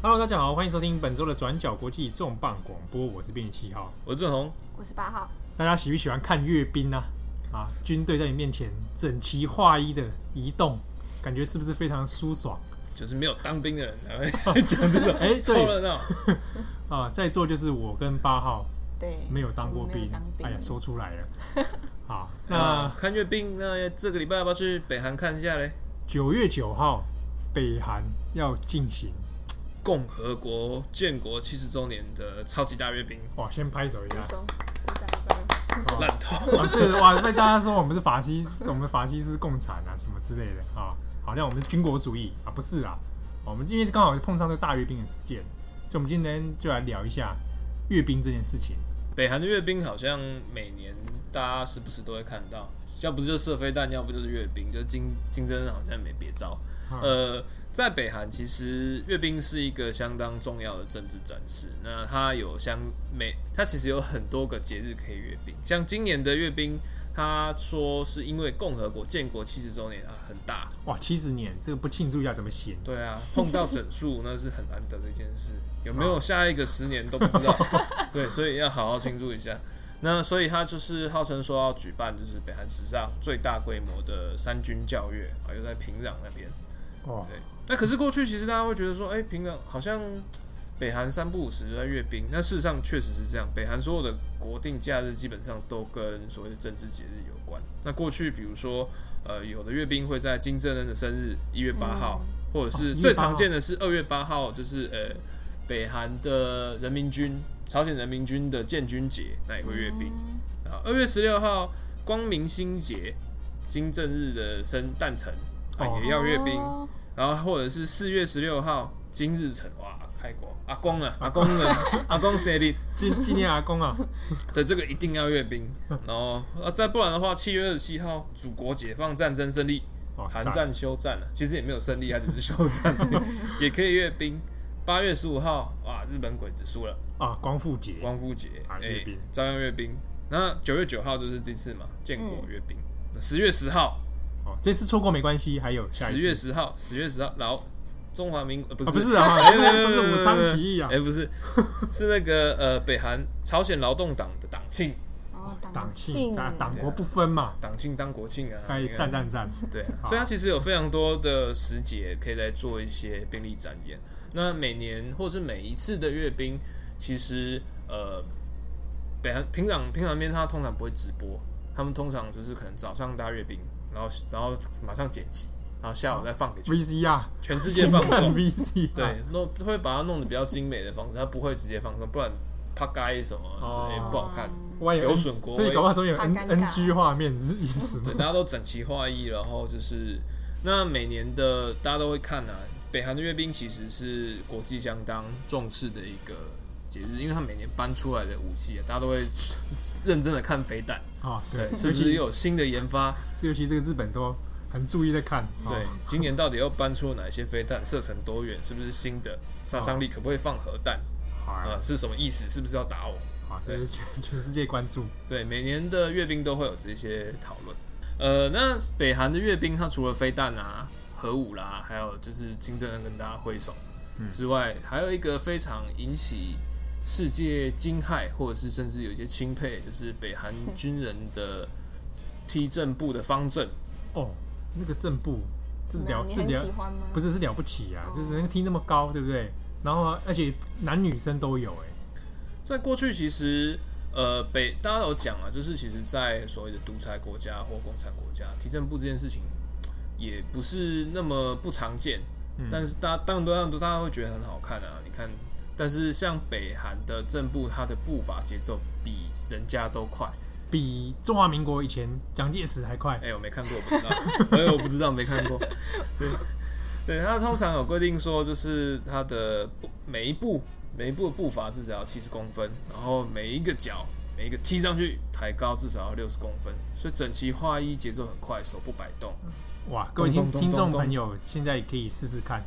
Hello， 大家好，欢迎收听本周的转角国际重磅广播，我是编辑7号， 我是郑宏， 我是8号。 大家喜不喜欢看阅兵啊？军队在你面前整齐划一的移动，感觉是不是非常舒爽？ 就是没有当兵的人才会讲这种凑热闹在座就是我跟8号， 对， 没有当过兵，哎呀，说出来了。好， 那看阅兵，那这个礼拜要不要去北韩看一下嘞 ？9月9号，北韩要进行共和国建国70周年的超级大阅兵。 哇，先拍手一下。 烂透哇！被大家说我们是法西斯共产啊，什么之类的啊，好像我们是军国主义啊，不是啊。我们今天刚好碰上这个大阅兵的事件，所以我们今天就来聊一下阅兵这件事情。 北韩的阅兵好像每年大家时不时都会看到，要不就是射飞弹，要不就是阅兵，就金正恩好像没别招。在北韩其实阅兵是一个相当重要的政治展示。那它其实有很多个节日可以阅兵，像今年的阅兵，他说是因为共和国建国70周年啊，很大哇，70年这个不庆祝一下怎么行？ 对啊，碰到整数那是很难得的一件事，有没有下一个10年都不知道。对，所以要好好庆祝一下。那所以他就是号称说要举办就是北韩史上最大规模的3军教阅啊，又在平壤那边。对，那可是过去其实大家会觉得说，平壤好像北韩3不5时就在阅兵，那事实上确实是这样。北韩所有的国定假日基本上都跟所谓的政治节日有关。那过去比如说有的阅兵会在金正恩的生日1月8号，或者是最常见的是2月8号，就是北韩的人民军朝鲜人民军的建军节，那也会阅兵。2月16号光明星节，金正日的诞辰也要阅兵。然后或者是4月16号金日成，哇，开国阿公生日， 纪念阿公啊。 对，这个一定要阅兵。然后再不然的话，7月27号祖国解放战争胜利，韩战休战了，其实也没有胜利，它只是休战，也可以阅兵。8月15号，哇，日本鬼子输了啊，光复节阅兵，照样阅兵。那9月9号就是这次嘛，建国阅兵。10月10号。 这次错过没关系，还有下一次 10月10号，中华民不是不是武昌起义啊， 不是，是那个北韩朝鲜劳动党的党庆。 党庆党国不分嘛， 党庆当国庆啊， 赞。 对，所以它其实有非常多的时节可以来做一些兵力展演。那每年或是每一次的阅兵，其实北韩平壤那边他通常不会直播，他们通常就是可能早上大家阅兵。然后马上剪辑，然后下午再放给 VCR， 全世界放送。 VCR， 对，会把它弄得比较精美的方式，它不会直接放送，不然怕该什么也不好看，有损国威。 所以搞不好说有 NG 画面是意思吗？ 对，大家都整齐划一，然后就是那每年的大家都会看啊。北韩的阅兵其实是国际相当重视的一个节日，因为他每年搬出来的武器大家都会认真的看飞弹对，是不是又有新的研发？ 尤其这个日本都很注意在看。 对，今年到底又搬出了哪些飞弹？射程多远？是不是新的？杀伤力可不可以放核弹？是什么意思？是不是要打我？ 这是全世界关注。 对，每年的阅兵都会有这些讨论。那北韩的阅兵，它除了飞弹啊、核武啦，还有就是金正恩跟大家挥手之外，还有一个非常引起世界惊骇，或者是甚至有一些钦佩，就是北韩军人的踢正步的方阵。 那个正步是了不是了不起啊，就是能踢那么高，对不对？然后而且男女生都有在过去其实大家有讲啊，就是其实在所谓的独裁国家或共产国家，踢正步这件事情也不是那么不常见。但是当然大家会觉得很好看啊，你看。但是像北韩的正步，它的步伐节奏比人家都快， 比中华民国以前蒋介石还快。 我没看过，我不知道。我不知道，没看过。对，它通常有规定说，就是它的每一步的步伐至少要70公分，然后每一个脚每一个踢上去抬高至少要60公分，所以整齐划一，节奏很快，手不摆动。 哇，各位听众朋友，现在可以试试看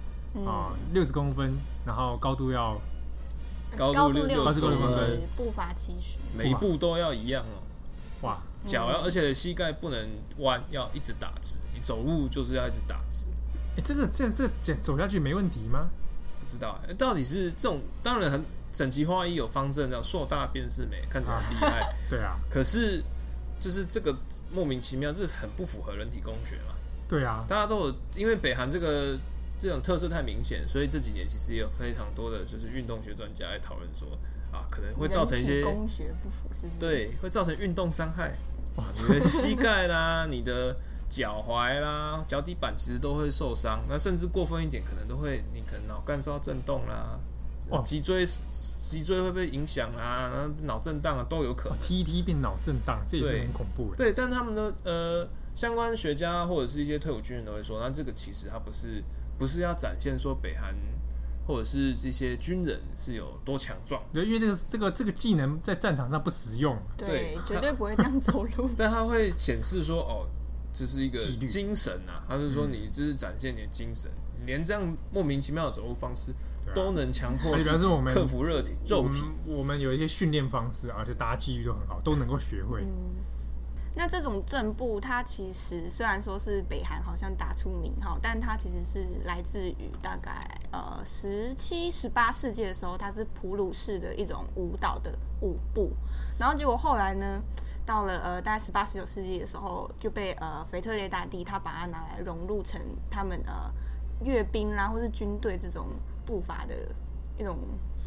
60公分，然后高度要。 高度60 公分， 步伐70， 每一步都要一样哇， 脚要，而且膝盖不能弯，要一直打直。你走路就是要一直打直。 这走下去没问题吗？ 不知道到底是这种，当然很整齐划一有方阵，这样硕大便是美，看起来很厉害。 对啊， 可是就是这个莫名其妙，这很不符合人体工学嘛。 对啊， 大家都有，因为北韩这种特色太明显，所以这几年其实也有非常多的就是运动学专家来讨论说可能会造成一些人体工学不符，是不是？ 对，会造成运动伤害。你的膝盖啦，你的脚踝啦、脚底板其实都会受伤。那甚至过分一点，可能都会，你可能脑干受到震动啦，脊椎会被影响啦，脑震荡啊都有可能。 TET 变脑震荡，这也是很恐怖的。 对，但他们的相关学家或者是一些退伍军人都会说，那这个其实它不是要展现说北韩或者是这些军人是有多强壮。 对，因为这个技能在战场上不实用。 对，绝对不会这样走路。 但它会显示说，这是一个精神啊，他是说你这是展现你的精神，连这样莫名其妙的走路方式都能强迫自己克服肉体。 我们有一些训练方式，而且大家纪律都很好，都能够学会。 那这种正步，它其实虽然说是北韩好像打出名号，但它其实是来自于大概17、18世纪的时候，它是普鲁士的一种舞蹈的舞步，然后结果后来呢，到了大概18、19世纪的时候，就被腓特烈大帝他把它拿来融入成他们阅兵啦，或是军队这种步伐的一种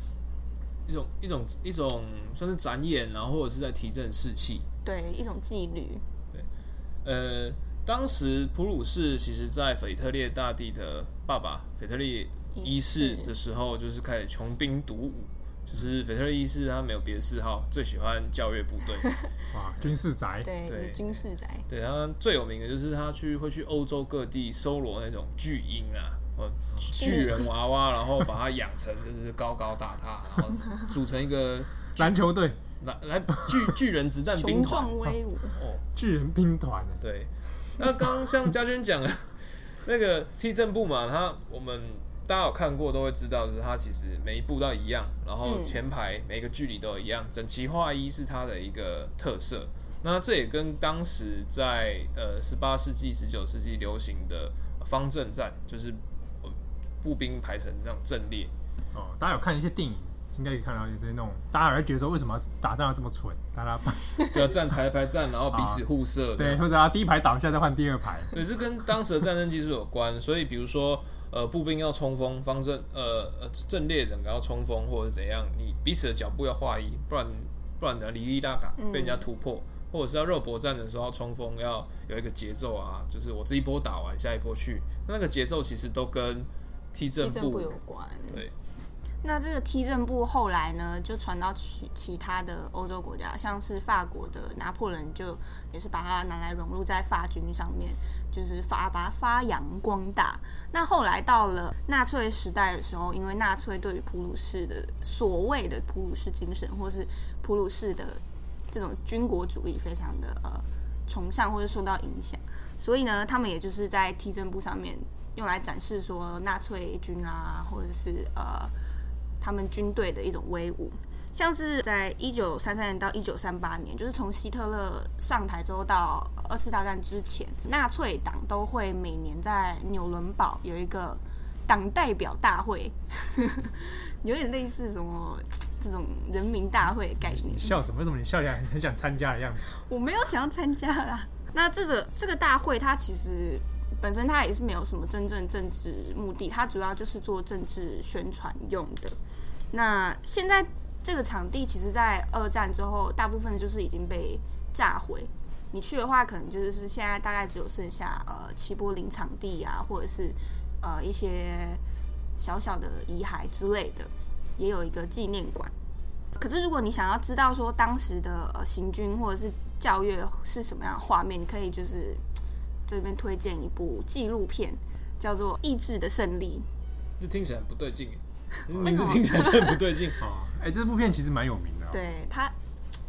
算是展演，然后或者是在提振士气。 对，一种纪律。 对，当时普鲁士其实在腓特烈大帝的爸爸腓特烈一世的时候，就是开始穷兵黩武。就是腓特烈一世他没有别的嗜好，最喜欢教阅部队。 哇，军事宅。 对，军事宅。 对，他最有名的就是他会去欧洲各地搜罗那种巨婴啊，巨人娃娃，然后把它养成就是高高大大，然后组成一个篮球队。 来巨人子弹兵团， 雄壮威武巨人兵团。 对，那刚刚像嘉轩讲的那个踢正步嘛，我们大家有看过都会知道，就是它其实每一步都一样，然后前排每个距离都一样，整齐划一是它的一个特色。那这也跟当时在18世纪、19世纪流行的方阵战，就是步兵排成那种阵列。 大家有看一些电影，应该可以看到有些那种，大家也会觉得说，为什么打仗要这么蠢？大家对啊，站排站，然后彼此互射。 对，或者第一排倒下再换第二排。 对，是跟当时的战争技术有关。所以比如说，步兵要冲锋，方阵阵列整个要冲锋，或者怎样，你彼此的脚步要划一，不然的哩哩啦啦被人家突破，或者是要肉搏战的时候要冲锋，要有一个节奏啊，就是我这一波打完，下一波去，那个节奏其实都跟踢正步有关。 对。 那这个踢正步后来呢，就传到其他的欧洲国家，像是法国的拿破仑就也是把它拿来融入在法军上面，就是把它发扬光大。那后来到了纳粹时代的时候，因为纳粹对于普鲁士的所谓的普鲁士精神，或是普鲁士的这种军国主义非常的崇尚或者受到影响，所以呢，他们也就是在踢正步上面用来展示说纳粹军啊，或者是他们军队的一种威武。像是在1933年到1938年，就是从希特勒上台之后到2次大战之前，纳粹党都会每年在纽伦堡有一个党代表大会，有点类似什么这种人民大会的概念。 你笑什么？为什么你笑起来很想参加的样子？ 我没有想要参加啦。那这个大会，它其实本身它也是没有什么真正政治目的，它主要就是做政治宣传用的。那现在这个场地其实在2战之后大部分就是已经被炸毁，你去的话可能就是现在大概只有剩下齐柏林场地啊，或者是一些小小的遗骸之类的，也有一个纪念馆。可是如果你想要知道说当时的行军或者是教阅是什么样的画面，你可以就是这边推荐一部纪录片，叫做《意志的胜利》。 这听起来不对劲，名字听起来就很不对劲。 这部片其实蛮有名的。 对，它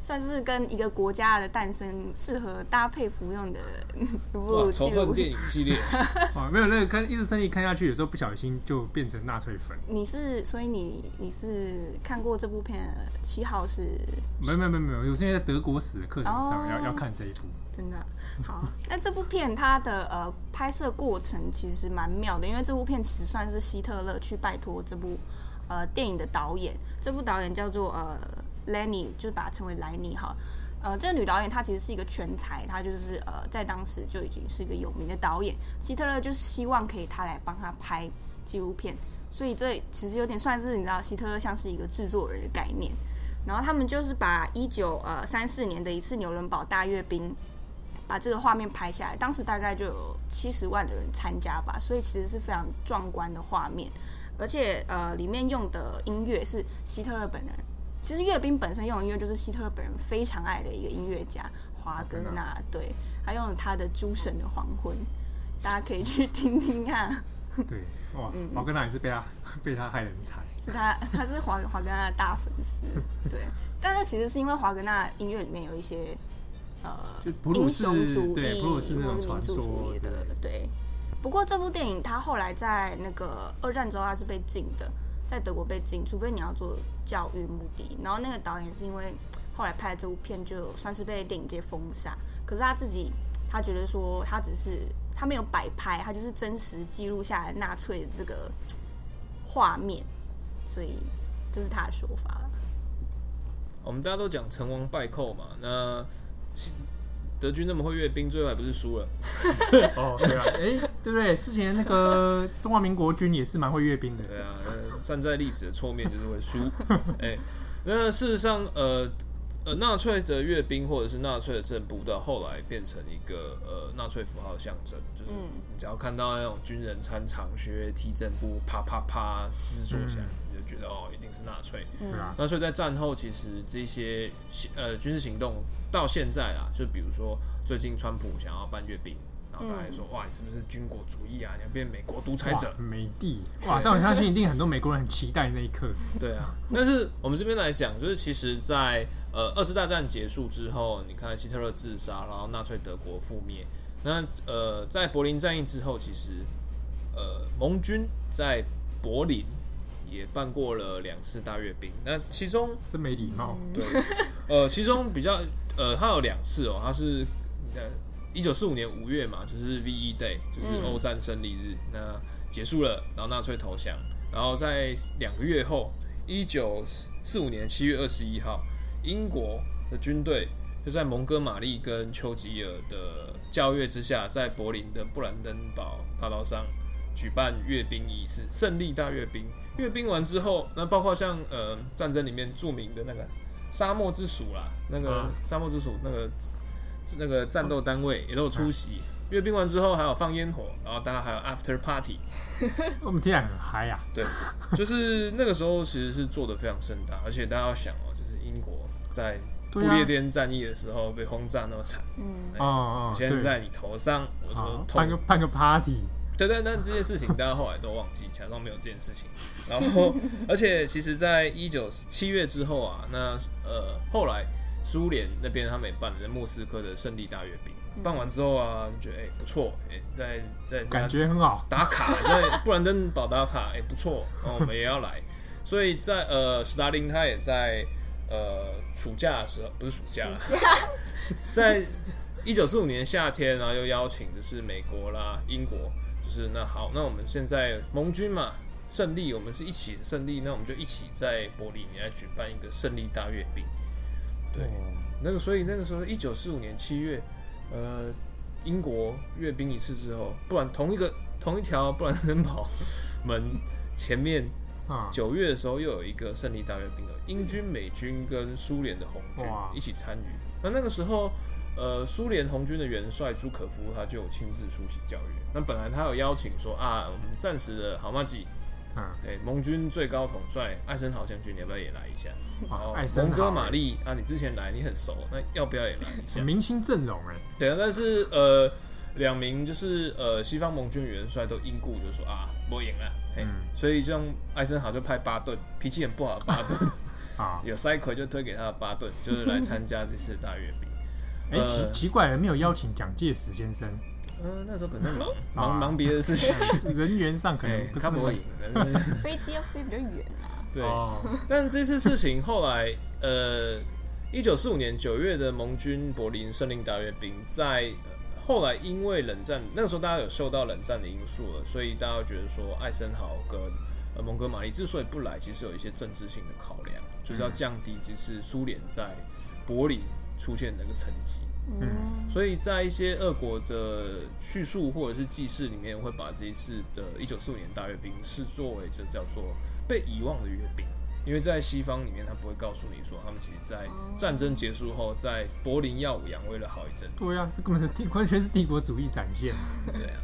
算是跟一个国家的诞生适合搭配服用的一部仇恨电影系列。 没有那个一直生气看下去，有时候不小心就变成纳粹粉。 所以你是看过这部片的七号是？ 没有，我现在在德国史的课程上要看这一部。 真的好，那这部片它的拍摄过程其实蛮妙的，因为这部片其实算是希特勒去拜托这部电影的导演，这部导演叫做Lenny， 就把它称为莱尼哈。这个女导演她其实是一个全才，她就是在当时就已经是一个有名的导演。希特勒就是希望可以她来帮他拍纪录片，所以这其实有点算是你知道希特勒像是一个制作人的概念。然后他们就是把1934年的一次纽伦堡大阅兵，把这个画面拍下来，当时大概就有70万的人参加吧，所以其实是非常壮观的画面。而且里面用的音乐是希特勒本人。其实阅兵本身用的音乐就是希特勒本人非常爱的一个音乐家华格纳，对，他用了他的《诸神的黄昏》，大家可以去听听看。 对，哇，华格纳也是被他害得很惨。 是他是华格纳的大粉丝，对。但是其实是因为华格纳音乐里面有一些英雄主义或是民族主义的，对。不过这部电影它后来在那个2战之后它是被禁的。在德国被禁，除非你要做教育目的。然后那个导演是因为后来拍的这部片，就算是被电影界封杀。可是他觉得说，他没有摆拍，他就是真实记录下来纳粹的这个画面，所以这是他的说法了。 我们大家都讲成王败寇嘛，那德军那么会阅兵，最后还不是输了？ 哦，对啊，对不对？之前那个中华民国军也是蛮会阅兵的。 对啊，站在历史的错面就是会输。那事实上，纳粹的阅兵或者是纳粹的正步，到后来变成一个纳粹符号的象征，就是你只要看到那种军人穿长靴踢正步，啪啪啪吱吱作响，你就觉得一定是纳粹。纳粹在战后其实这些军事行动到现在啦，就比如说最近川普想要办阅兵。然后大家说哇，你是不是军国主义啊？你要变美国独裁者？ 美帝哇！但我相信一定很多美国人很期待那一刻。 对啊，但是我们这边来讲，就是其实在2次大战结束之后，你看希特勒自杀，然后纳粹德国覆灭。那在柏林战役之后，其实盟军在柏林也办过了2次大阅兵。那其中真没礼貌。 对，其中比较它有2次哦，它是1945年5月嘛，就是 VE Day， 就是欧战胜利日。那结束了，然后纳粹投降，然后在2个月后，1945年7月21号，英国的军队就在蒙哥马利跟丘吉尔的教阅之下，在柏林的布兰登堡大道上举办阅兵仪式，胜利大阅兵。阅兵完之后，那包括像战争里面著名的那个沙漠之鼠啦，那个沙漠之鼠那个战斗单位也都有出席。阅兵完之后还有放烟火，然后大家还有 after party， 我们听起来很嗨啊！ 对，就是那个时候其实是做得非常盛大，而且大家要想就是英国在不列颠战役的时候被轰炸那么惨，现在在你头上，我说办个 party。 对，但这件事情大家后来都忘记，假装没有这件事情。然后，而且其实，在7月之后啊，那后来苏联那边他们也办了莫斯科的胜利大阅兵，办完之后啊，觉得不错，在感觉很好， 打卡在布兰登堡打卡，不错，然后我们也要来。所以在斯大林他也在暑假的时候，不是暑假啦，在1945年夏天，然后又邀请的是美国啦、英国。就是那好，那我们现在盟军嘛胜利，我们是一起胜利，那我们就一起在柏林来举办一个胜利大阅兵。对，所以那个时候1945年7月，英国阅兵一次之后，不然同一条布兰登堡门前面，9月的时候又有一个胜利大阅兵了，英军、美军跟苏联的红军一起参与。那个时候。苏联红军的元帅朱可夫他就有亲自出席教育。那本来他有邀请说我们战时的好麻吉，盟军最高统帅艾森豪将军，你要不要也来一下？蒙哥马利你之前来你很熟，那要不要也来一下？ 明星阵容对啊，但是2名就是西方盟军元帅都因故就说不赢了，所以这样艾森豪就派巴顿，脾气很不好的巴顿。 有塞葵就推给他的巴顿，就是来参加这次的大阅兵。 奇怪了，没有邀请蒋介石先生。 那时候可能忙别的事情， 人员上可能他不会赢， 飞机要飞比较远啊。 对，但这次事情后来，1945年9月的盟军柏林胜令大阅兵，在后来因为冷战，那个时候大家有受到冷战的因素了，所以大家觉得说艾森豪跟蒙哥马利之所以不来，其实有一些政治性的考量，就是要降低这次苏联在柏林出现的那个成绩。所以在一些俄国的叙述或者是记事里面，会把这一次的1945年大阅兵视作为就叫做被遗忘的阅兵，因为在西方里面，他不会告诉你说他们其实在战争结束后，在柏林耀武扬威了好一阵子。 对啊，这根本是完全是帝国主义展现。 对啊，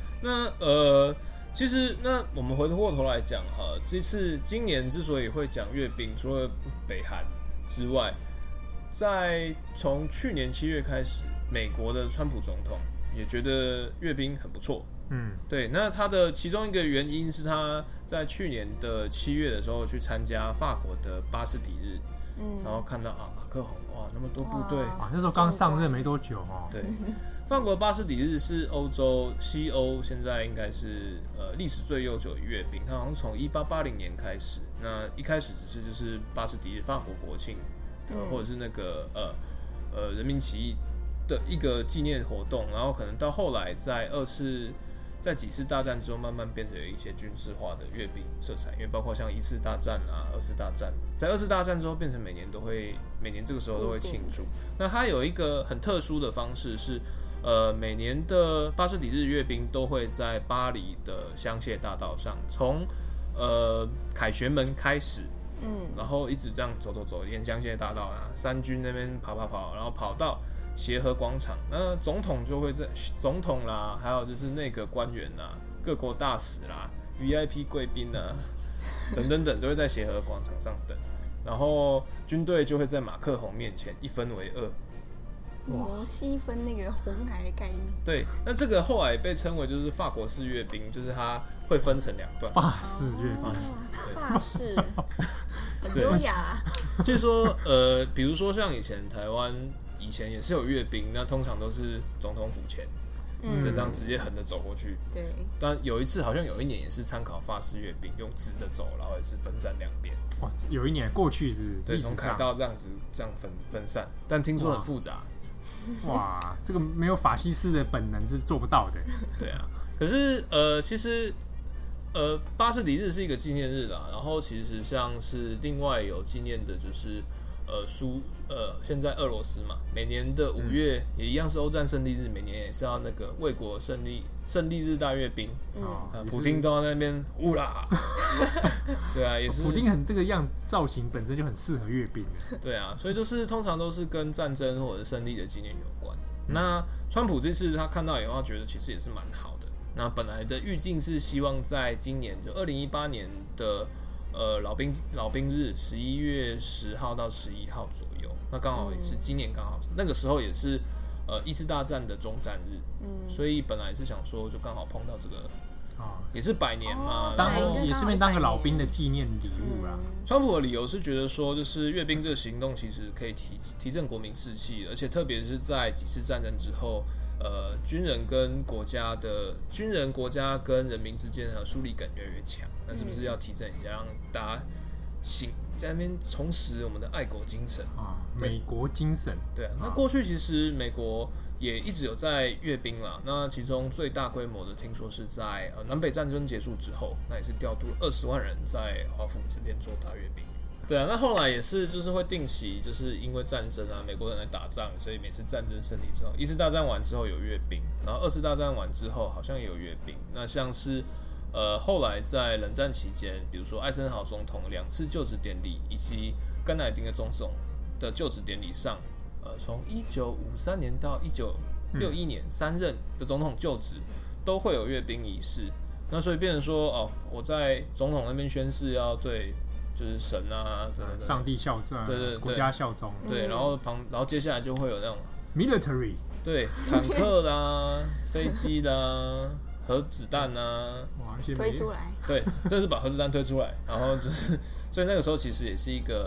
其实那我们回过头来讲哈，今年之所以会讲阅兵，除了北韩之外，在从去年7月开始，美国的川普总统也觉得阅兵很不错。对，那他的其中一个原因是他在去年的7月的时候去参加法国的巴士底日，然后看到马克宏那么多部队， 那时候刚上任没多久对，法国巴士底日是西欧现在应该是历史最悠久的阅兵，它好像从1880年开始，那一开始只是就是巴士底日法国国庆。或者是那个人民起义的一个纪念活动，然后可能到后来在几次大战之后，慢慢变成有一些军事化的阅兵色彩，因为包括像1次大战啊、2次大战，在2次大战之后变成每年这个时候都会庆祝。那它有一个很特殊的方式是，每年的巴士底日阅兵都会在巴黎的香榭大道上，从凯旋门开始。然后一直这样走，沿香榭大道啊，三军那边跑，然后跑到协和广场。那总统就会在总统啦，还有就是内阁官员啦、各国大使啦、VIP 贵宾啊等都会在协和广场上等。然后军队就会在马克宏面前一分为二。 摩西分那个红海的概念。 对，那这个后来被称为就是法国式阅兵，就是它会分成2段。 法式阅兵， 法式，很优雅。 就是说，比如说像以前台湾以前也是有阅兵，那通常都是总统府前，就这样直接横着走过去。 对。 但有一次好像有一年也是参考法式阅兵，用直的走，然后也是分散2边。 哇，有一年过去是对，从凯道这样子分散，但听说很复杂。 哇，这个没有法西斯的本能是做不到的。 对啊，可是其实巴士底日是一个纪念日啦，然后其实像是另外有纪念的就是现在俄罗斯嘛，每年的5月也一样是欧战胜利日，每年也是要那个卫国胜利日大阅兵。普丁都在那边乌啦。对啊，也是。 普丁很这个造型本身就很适合阅兵。 对啊，所以就是通常都是跟战争或者是胜利的纪念有关。那川普这次他看到以后，他觉得其实也是蛮好的。那本来的预计是希望在今年就2018年的老兵日11月10号到11号左右，那刚好也是今年刚好那个时候也是1次大战的终战日，所以本来是想说就刚好碰到这个，也是100年嘛，然后也顺便当个老兵的纪念礼物啦。 川普的理由是觉得说，就是阅兵这个行动其实可以提振国民士气，而且特别是在几次战争之后，军人国家跟人民之间的疏离感越来越强，那是不是要提振一下，让大家在那边重拾我们的爱国精神啊？美国精神。 对啊，那过去其实美国也一直有在阅兵啦，那其中最大规模的听说是在南北战争结束之后，那也是调度20万人在华府这边做大阅兵。对啊，那后来也是就是会定期，就是因为战争啊，美国人来打仗，所以每次战争胜利之后，1次大战完之后有阅兵，然后2次大战完之后好像也有阅兵。那像是后来在冷战期间，比如说艾森豪总统2次就职典礼，以及甘乃迪的总统的就职典礼上，从1953年到1961年3任的总统就职，都会有阅兵仪式。那所以变成说，我在总统那边宣誓要对就是神啊， 上帝效忠，对，国家效忠， 对，然后接下来就会有那种 military， 对， 坦克啦、飞机啦、核子弹啊， 推出来， 对，这是把核子弹推出来，然后就是，所以那个时候其实也是一个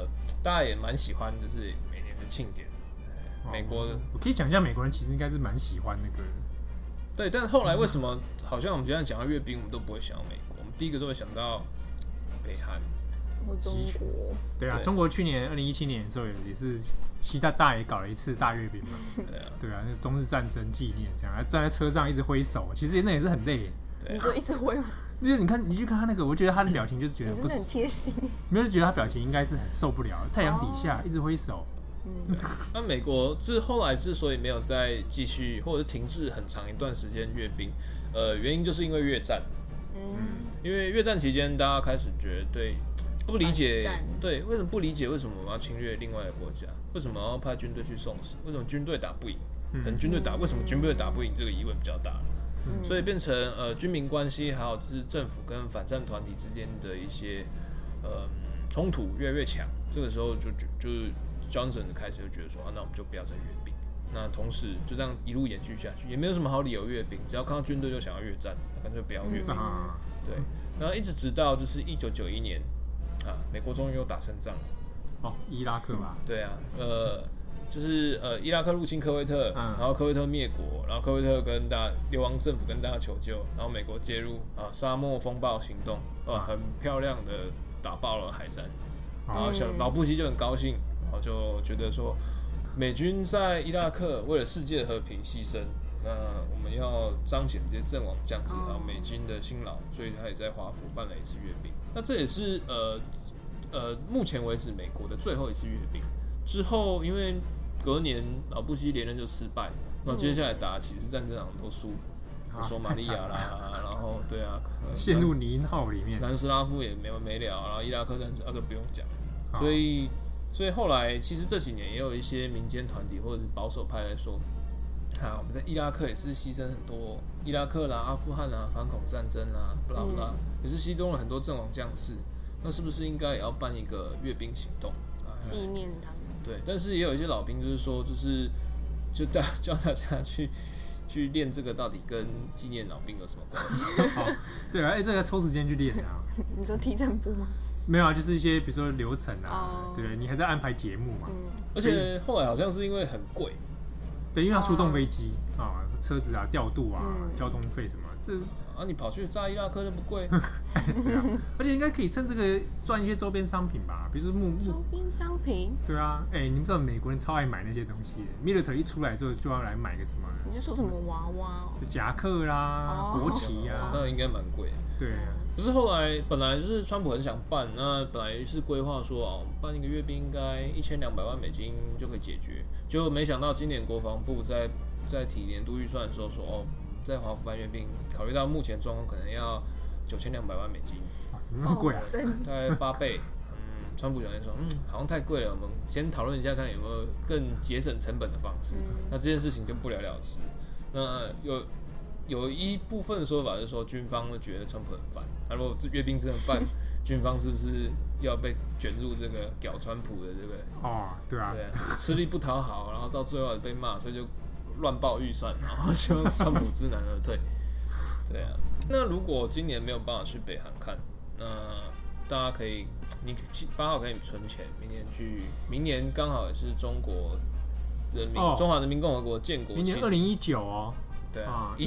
大家也蛮喜欢，就是每年的庆典。美国的， 我可以想象美国人其实应该是蛮喜欢那个的。 对，但后来为什么好像我们今天讲到阅兵，我们都不会想到美国，我们第一个都会想到北韩或中国。 对啊，中国去年2017年的时候也是习大也搞了一次大阅兵嘛。对啊，那中日战争纪念这样，站在车上一直挥手，其实那也是很累。 你说一直挥吗？ 因为你去看他那个，我觉得他的表情就是觉得不是， 你真的很贴心。 没有觉得他表情应该是很受不了，太阳底下一直挥手。 那美国后来之所以没有再继续或者停滞很长一段时间阅兵，原因就是因为越战。因为越战期间，大家开始觉得不理解，对，为什么不理解为什么我们要侵略另外一个国家？为什么要派军队去送死？为什么军队打不赢？为什么军队打不赢？这个疑问比较大。所以变成军民关系，还有就是政府跟反战团体之间的一些冲突越来越强。这个时候就是 Johnson 开始就觉得说，那我们就不要再阅兵。那同时就这样一路延续下去，也没有什么好理由阅兵，只要看到军队就想要越战，那干脆不要阅兵。对，然后一直直到就是1991年美国终于又打胜仗了。 伊拉克吧？ 对啊，就是伊拉克入侵科威特，然后科威特灭国，然后科威特跟流亡政府跟大家求救，然后美国介入沙漠风暴行动，很漂亮的打爆了海山，然后老布希就很高兴，然后就觉得说美军在伊拉克为了世界和平牺牲，那我们要彰显这些阵亡将士还有美军的辛劳，所以他也在华府办了一次阅兵。那这也是目前为止美国的最后一次阅兵。之后因为隔年老布希连任就失败，那接下来打几次战争都输，索马利亚啦，然后对啊， 陷入泥淖里面， 南斯拉夫也没完没了，然后伊拉克战争就不用讲，所以后来其实这几年也有一些民间团体或者是保守派来说，我们在伊拉克也是牺牲很多，伊拉克啦、阿富汗啦、反恐战争啦，不啦不啦，也是牺牲了很多阵亡将士，那是不是应该也要办一个阅兵行动， 纪念他们？对， 但是也有一些老兵就是说，就教大家去练这个，到底跟纪念老兵有什么关系？ 对啊，这个抽时间去练啊。 你说踢正步吗？ 没有啊，就是一些比如说流程对，你还在安排节目嘛。 而且后来好像是因为很贵， 对，因为要出动飞机车子调度交通费什么，这你跑去炸伊拉克就不贵， 对啊，而且应该可以趁这个赚一些周边商品吧，比如说周边商品。 对啊，你们知道美国人超爱买那些东西的 ，Military 一出来之后就要来买个什么？ 你是说什么娃娃？ 夹克啦，国旗啊， 那应该蛮贵。 对啊。 可是后来本来就是川普很想办，那本来是规划说办一个阅兵应该$1200万就可以解决，结果没想到今年国防部在提年度预算的时候说在华府办阅兵，考虑到目前状况可能要$9200万， 怎么那么贵啊？ 大概8倍。川普讲说，好像太贵了，我们先讨论一下，看有没有更节省成本的方式。那这件事情就不了了之。那有一部分的说法是说，军方会觉得川普很烦。如果阅兵真的办，军方是不是要被卷入这个屌川普的这个？ 对啊， 吃力不讨好，然后到最后被骂，所以就乱报预算，然后希望川普知难而退。对啊，那如果今年没有办法去北韩看，那大家可以，你8号可以存钱，明年刚好也是中华人民共和国建国。 明年2019哦。 对啊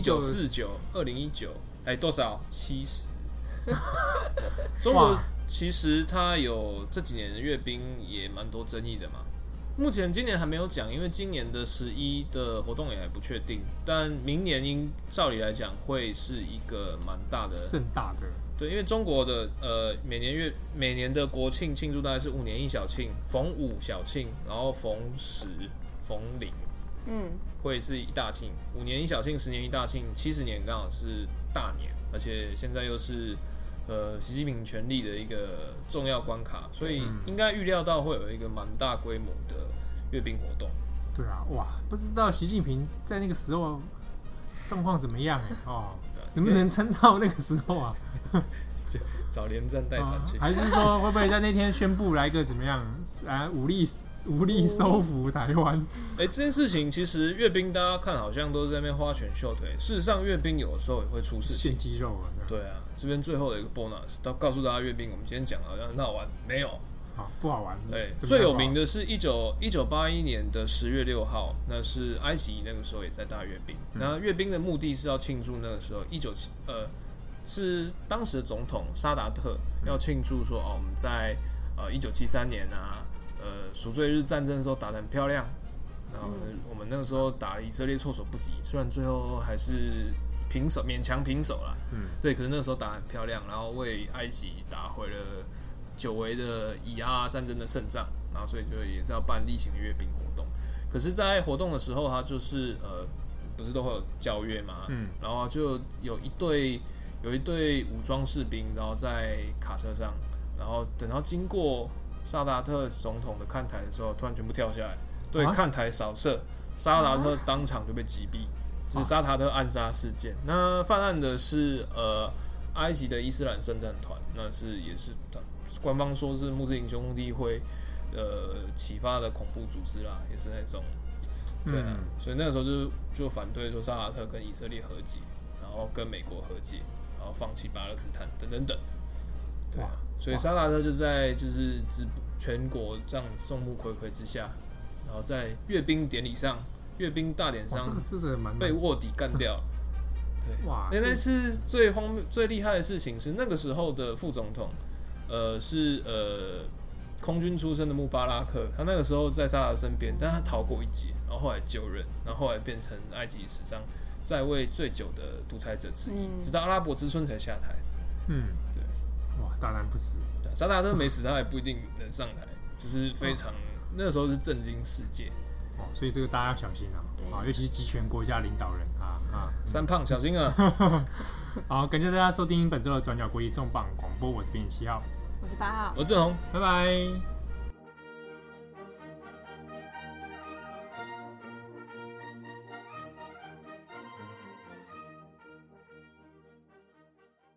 ，1949，2019，多少？70。中国其实它有这几年的阅兵也蛮多争议的嘛。目前今年还没有讲，因为今年的11的活动也还不确定。但明年照理来讲会是一个蛮大的盛大的。 对，因为中国的每年的国庆庆祝大概是5年1小庆，逢5小庆，然后逢10、逢0，会是一大庆。5年1小庆，10年1大庆，70年刚好是大年，而且现在又是习近平权力的一个重要关卡，所以应该预料到会有一个蛮大规模的阅兵活动。 对啊，不知道习近平在那个时候状况怎么样能不能撑到那个时候啊？ 找连战带团去， 还是说会不会在那天宣布来个怎么样武力收复台湾？ 这件事情其实阅兵大家看好像都是在那边花拳绣腿，事实上阅兵有的时候也会出事情， 献肌肉啊。 对啊，这边最后的一个 bonus，告诉大家阅兵，我们今天讲好像很好玩，没有， 好不好玩？ 对， 怎么样最有名的是1981年的10月6号，那是埃及那个时候也在大阅兵。那阅兵的目的是要庆祝那个时候是当时的总统沙达特要庆祝说我们在1973年啊赎罪日战争的时候打得很漂亮，然后我们那个时候打以色列措手不及，虽然最后还是平手，勉强平手啦。对，可是那个时候打得很漂亮，然后为埃及打回了久违的以阿战争的胜仗，然后所以就也是要办例行的阅兵活动。可是，在活动的时候，他就是不是都会有教阅嘛，然后就有一队武装士兵，然后在卡车上，然后等到经过萨达特总统的看台的时候，突然全部跳下来，对看台扫射，萨达特当场就被击毙，这是沙达特暗杀事件。那犯案的是埃及的伊斯兰圣战团，那也是官方说是穆斯林兄弟会启发的恐怖组织啦，也是那种对啊，所以那个时候就反对说萨达特跟以色列和解，然后跟美国和解，然后放弃巴勒斯坦等等等，对啊，所以萨达特就在就是全国这样众目睽睽之下，然后在阅兵典礼上、阅兵大典上被卧底干掉。对，哇！那次最厉害的事情是那个时候的副总统，是空军出身的穆巴拉克，他那个时候在萨达身边，但他逃过一劫，然后后来就任，然后后来变成埃及史上在位最久的独裁者之一，直到阿拉伯之春才下台。对， 哇，大难不死。 萨达特没死，他也不一定能上台，就是非常那个时候是震惊世界。 所以这个大家要小心啊，尤其是集权国家领导人三胖小心啊！ 好，感谢大家收听本周的转角国际重磅广播，我是编辑7号， 我是8号， 我是郑宏， 拜拜。